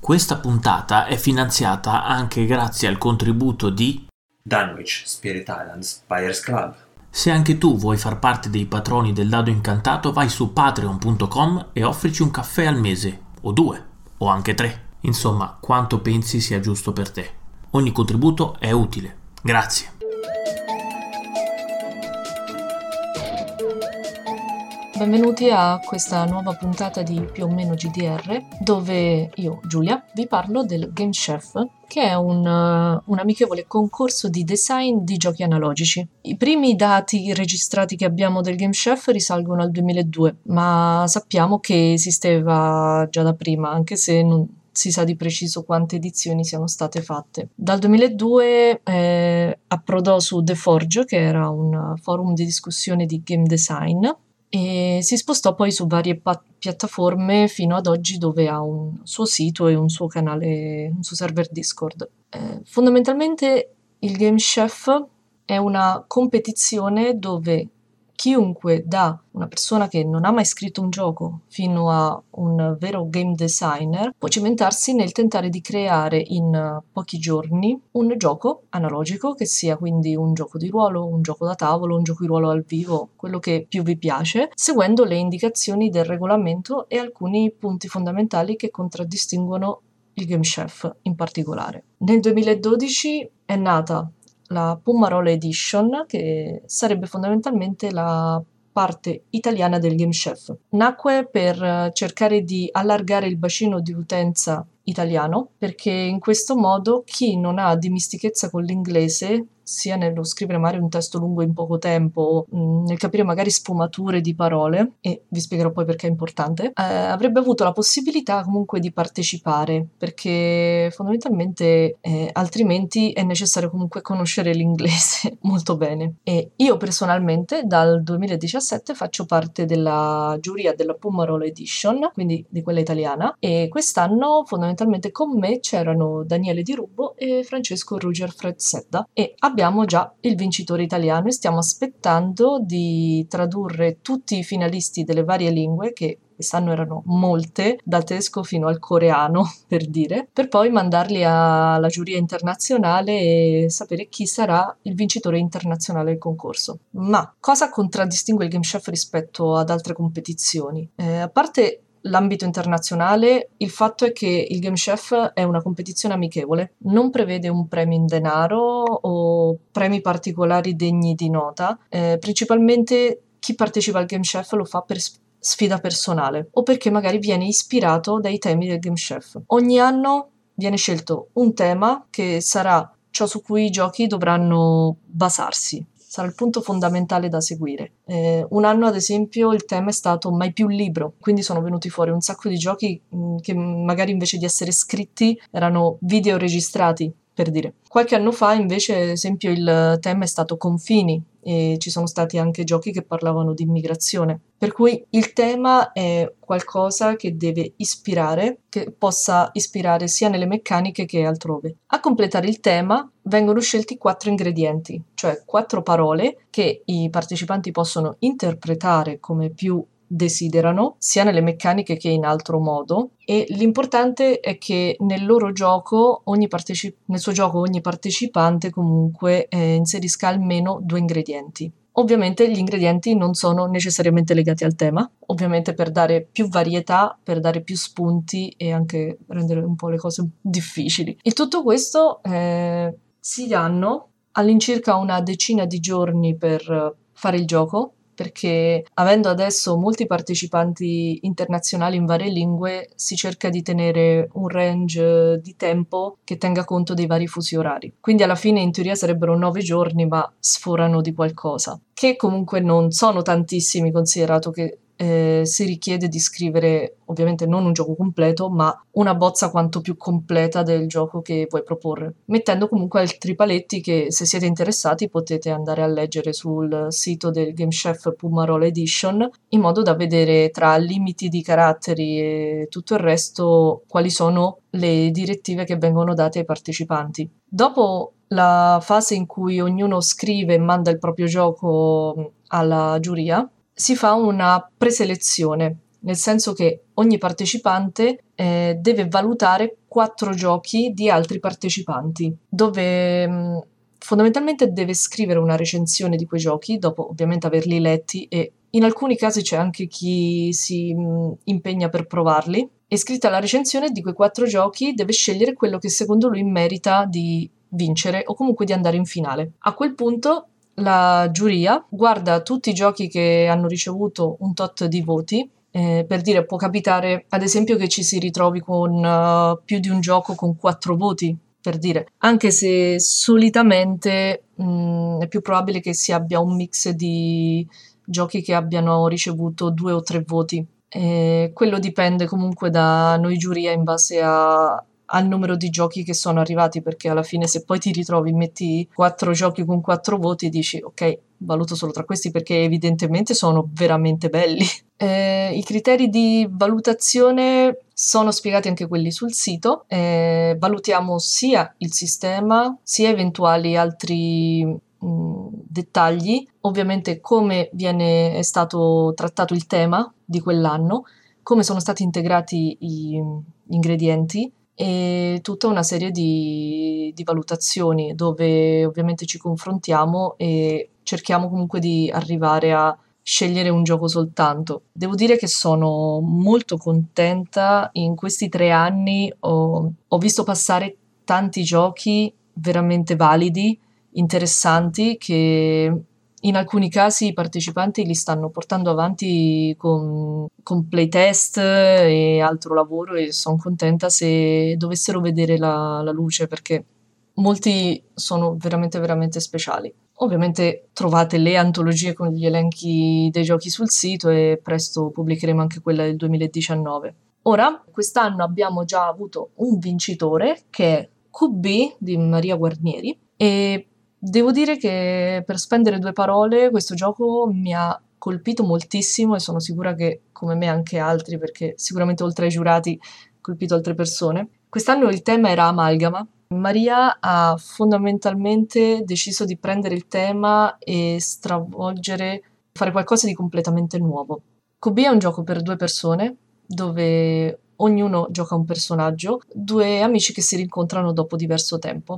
Questa puntata è finanziata anche grazie al contributo di Dunwich Spirit Islands Buyers Club. Se anche tu vuoi far parte dei patroni del Dado Incantato, vai su patreon.com e offrici un caffè al mese, o 2, o anche 3. Insomma, quanto pensi sia giusto per te. Ogni contributo è utile. Grazie. Benvenuti a questa nuova puntata di Più o meno GDR, dove io, Giulia, vi parlo del Game Chef, che è un amichevole concorso di design di giochi analogici. I primi dati registrati che abbiamo del Game Chef risalgono al 2002, ma sappiamo che esisteva già da prima, anche se non si sa di preciso quante edizioni siano state fatte. Dal 2002 approdò su The Forge, che era un forum di discussione di game design, e si spostò poi su varie piattaforme fino ad oggi, dove ha un suo sito e un suo canale, un suo server Discord. Fondamentalmente il Game Chef è una competizione dove chiunque, da una persona che non ha mai scritto un gioco fino a un vero game designer, può cimentarsi nel tentare di creare in pochi giorni un gioco analogico, che sia quindi un gioco di ruolo, un gioco da tavolo, un gioco di ruolo al vivo, quello che più vi piace, seguendo le indicazioni del regolamento e alcuni punti fondamentali che contraddistinguono il Game Chef in particolare. Nel 2012 è nata la Pomarola Edition, che sarebbe fondamentalmente la parte italiana del Game Chef. Nacque per cercare di allargare il bacino di utenza italiano, perché in questo modo chi non ha dimestichezza con l'inglese, sia nello scrivere magari un testo lungo in poco tempo, nel capire magari sfumature di parole, e vi spiegherò poi perché è importante, avrebbe avuto la possibilità comunque di partecipare, perché fondamentalmente altrimenti è necessario comunque conoscere l'inglese molto bene. E io personalmente dal 2017 faccio parte della giuria della Pomarola Edition, quindi di quella italiana, e quest'anno fondamentalmente con me c'erano Daniele Di Rubbo e Francesco Ruger Frezzetta, e abbiamo già il vincitore italiano e stiamo aspettando di tradurre tutti i finalisti delle varie lingue, che quest'anno erano molte, dal tedesco fino al coreano, per dire, per poi mandarli alla giuria internazionale e sapere chi sarà il vincitore internazionale del concorso. Ma cosa contraddistingue il Game Chef rispetto ad altre competizioni? A parte l'ambito internazionale, il fatto è che il Game Chef è una competizione amichevole, non prevede un premio in denaro o premi particolari degni di nota, principalmente chi partecipa al Game Chef lo fa per sfida personale o perché magari viene ispirato dai temi del Game Chef. Ogni anno viene scelto un tema che sarà ciò su cui i giochi dovranno basarsi. Sarà il punto fondamentale da seguire. Un anno, ad esempio, il tema è stato Mai più libro, quindi sono venuti fuori un sacco di giochi che magari invece di essere scritti erano video registrati, per dire. Qualche anno fa, invece, ad esempio, il tema è stato Confini, e ci sono stati anche giochi che parlavano di immigrazione. Per cui il tema è qualcosa che deve ispirare, che possa ispirare sia nelle meccaniche che altrove. A completare il tema vengono scelti 4 ingredienti, cioè 4 parole che i partecipanti possono interpretare come più desiderano, sia nelle meccaniche che in altro modo, e l'importante è che nel loro gioco nel suo gioco ogni partecipante comunque inserisca almeno 2 ingredienti. Ovviamente gli ingredienti non sono necessariamente legati al tema, ovviamente per dare più varietà, per dare più spunti e anche rendere un po' le cose difficili. Il tutto questo si danno all'incirca una decina di giorni per fare il gioco, perché avendo adesso molti partecipanti internazionali in varie lingue, si cerca di tenere un range di tempo che tenga conto dei vari fusi orari. Quindi alla fine in teoria sarebbero 9 giorni, ma sforano di qualcosa, che comunque non sono tantissimi, considerato che si richiede di scrivere ovviamente non un gioco completo, ma una bozza quanto più completa del gioco che vuoi proporre, mettendo comunque altri paletti che, se siete interessati, potete andare a leggere sul sito del Game Chef Pomarola Edition, in modo da vedere, tra limiti di caratteri e tutto il resto, quali sono le direttive che vengono date ai partecipanti. Dopo la fase in cui ognuno scrive e manda il proprio gioco alla giuria, si fa una preselezione nel senso che ogni partecipante deve valutare 4 giochi di altri partecipanti, dove fondamentalmente deve scrivere una recensione di quei giochi, dopo ovviamente averli letti, e in alcuni casi c'è anche chi si impegna per provarli. E scritta la recensione di quei 4 giochi deve scegliere quello che secondo lui merita di vincere o comunque di andare in finale. A quel punto la giuria guarda tutti i giochi che hanno ricevuto un tot di voti. Per dire, può capitare ad esempio che ci si ritrovi con più di un gioco con 4 voti, per dire, anche se solitamente è più probabile che si abbia un mix di giochi che abbiano ricevuto 2 o 3 voti. Quello dipende comunque da noi giuria in base al numero di giochi che sono arrivati, perché alla fine se poi ti ritrovi, metti 4 giochi con 4 voti, dici ok, valuto solo tra questi perché evidentemente sono veramente belli. I criteri di valutazione sono spiegati anche quelli sul sito. Valutiamo sia il sistema sia eventuali altri dettagli, ovviamente come è stato trattato il tema di quell'anno, come sono stati integrati gli ingredienti e tutta una serie di valutazioni dove ovviamente ci confrontiamo e cerchiamo comunque di arrivare a scegliere un gioco soltanto. Devo dire che sono molto contenta, in questi 3 anni ho visto passare tanti giochi veramente validi, interessanti, che in alcuni casi i partecipanti li stanno portando avanti con playtest e altro lavoro, e sono contenta se dovessero vedere la luce, perché molti sono veramente veramente speciali. Ovviamente trovate le antologie con gli elenchi dei giochi sul sito e presto pubblicheremo anche quella del 2019. Ora, quest'anno abbiamo già avuto un vincitore che è QB di Maria Guarnieri, e devo dire che, per spendere 2 parole, questo gioco mi ha colpito moltissimo e sono sicura che come me anche altri, perché sicuramente oltre ai giurati ha colpito altre persone. Quest'anno il tema era amalgama. Maria ha fondamentalmente deciso di prendere il tema e stravolgere, fare qualcosa di completamente nuovo. QB è un gioco per 2 persone, dove ognuno gioca un personaggio, 2 amici che si rincontrano dopo diverso tempo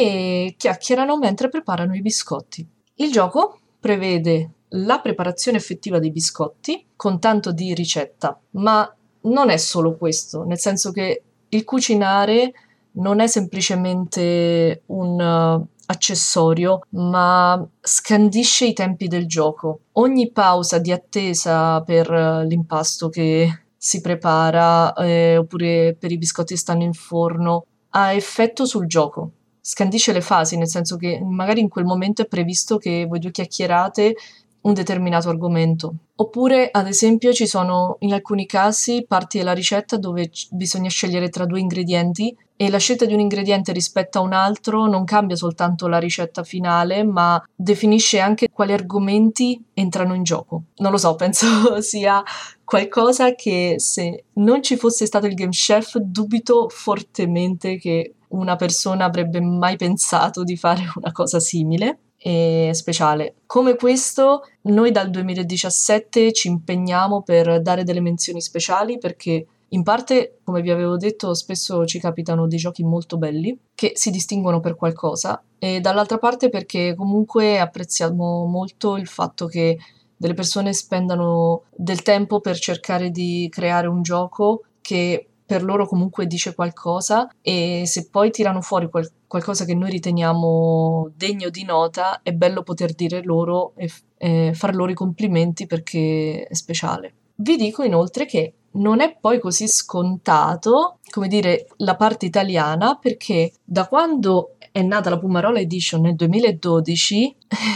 e chiacchierano mentre preparano i biscotti. Il gioco prevede la preparazione effettiva dei biscotti con tanto di ricetta, ma non è solo questo, nel senso che il cucinare non è semplicemente un accessorio, ma scandisce i tempi del gioco. Ogni pausa di attesa per l'impasto che si prepara, oppure per i biscotti che stanno in forno, ha effetto sul gioco. Scandisce le fasi, nel senso che magari in quel momento è previsto che voi 2 chiacchierate un determinato argomento. Oppure, ad esempio, ci sono in alcuni casi parti della ricetta dove bisogna scegliere tra 2 ingredienti, e la scelta di un ingrediente rispetto a un altro non cambia soltanto la ricetta finale, ma definisce anche quali argomenti entrano in gioco. Non lo so, penso sia qualcosa che, se non ci fosse stato il Game Chef, dubito fortemente che una persona avrebbe mai pensato di fare una cosa simile e speciale. Come questo, noi dal 2017 ci impegniamo per dare delle menzioni speciali, perché in parte, come vi avevo detto, spesso ci capitano dei giochi molto belli che si distinguono per qualcosa, e dall'altra parte perché comunque apprezziamo molto il fatto che delle persone spendano del tempo per cercare di creare un gioco che per loro comunque dice qualcosa, e se poi tirano fuori qualcosa che noi riteniamo degno di nota, è bello poter dire loro e far loro i complimenti perché è speciale. Vi dico inoltre che non è poi così scontato, come dire, la parte italiana, perché da quando è nata la Pumarola Edition nel 2012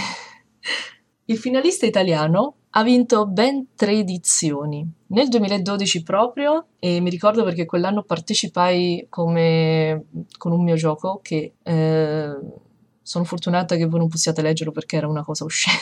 il finalista italiano ha vinto ben 3 edizioni. Nel 2012 proprio, e mi ricordo perché quell'anno partecipai con un mio gioco che sono fortunata che voi non possiate leggerlo perché era una cosa oscena.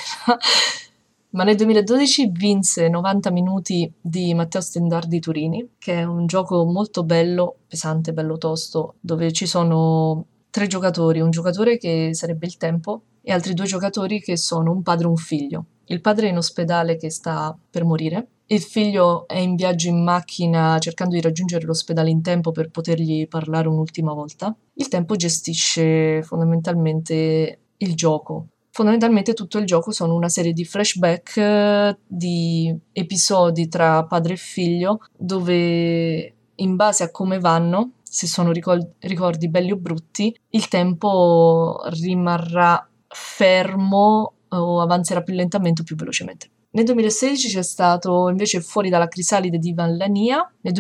Ma nel 2012 vinse 90 minuti di Matteo Stendardi Turini, che è un gioco molto bello, pesante, bello tosto, dove ci sono 3 giocatori, un giocatore che sarebbe il tempo e altri 2 giocatori che sono un padre e un figlio. Il padre è in ospedale che sta per morire Il figlio è in viaggio in macchina cercando di raggiungere l'ospedale in tempo per potergli parlare un'ultima volta. Il tempo gestisce fondamentalmente il gioco. Fondamentalmente tutto il gioco sono una serie di flashback, di episodi tra padre e figlio, dove in base a come vanno, se sono ricordi belli o brutti, il tempo rimarrà fermo o avanzerà più lentamente o più velocemente. Nel 2016 c'è stato invece Fuori dalla crisalide di Ivan Lania, nel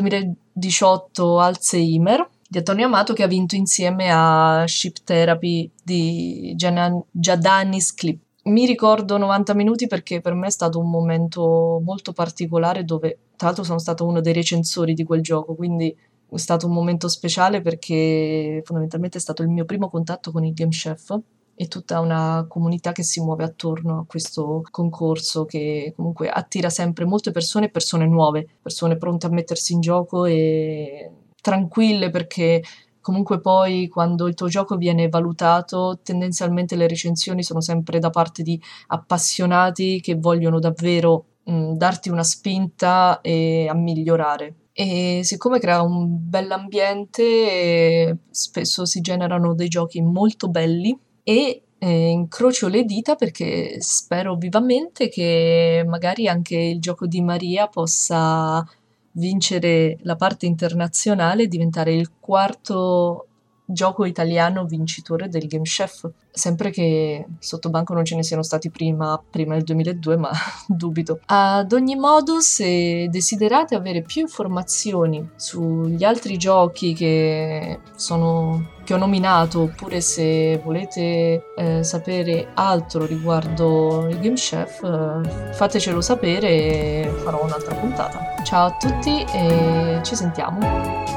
2018 Alzheimer di Antonio Amato, che ha vinto insieme a Ship Therapy di Jadanis Clip. Mi ricordo 90 minuti perché per me è stato un momento molto particolare, dove tra l'altro sono stato uno dei recensori di quel gioco, quindi è stato un momento speciale perché fondamentalmente è stato il mio primo contatto con il Game Chef e tutta una comunità che si muove attorno a questo concorso, che comunque attira sempre molte persone nuove, persone pronte a mettersi in gioco e tranquille, perché comunque poi quando il tuo gioco viene valutato tendenzialmente le recensioni sono sempre da parte di appassionati che vogliono davvero darti una spinta e a migliorare. E siccome crea un bell'ambiente, spesso si generano dei giochi molto belli e incrocio le dita perché spero vivamente che magari anche il gioco di Maria possa vincere la parte internazionale e diventare il quarto gioco italiano vincitore del Game Chef. Sempre che sotto banco non ce ne siano stati prima del 2002, ma dubito. Ad ogni modo, se desiderate avere più informazioni sugli altri giochi che ho nominato, oppure se volete sapere altro riguardo il Game Chef, fatecelo sapere e farò un'altra puntata. Ciao a tutti e ci sentiamo!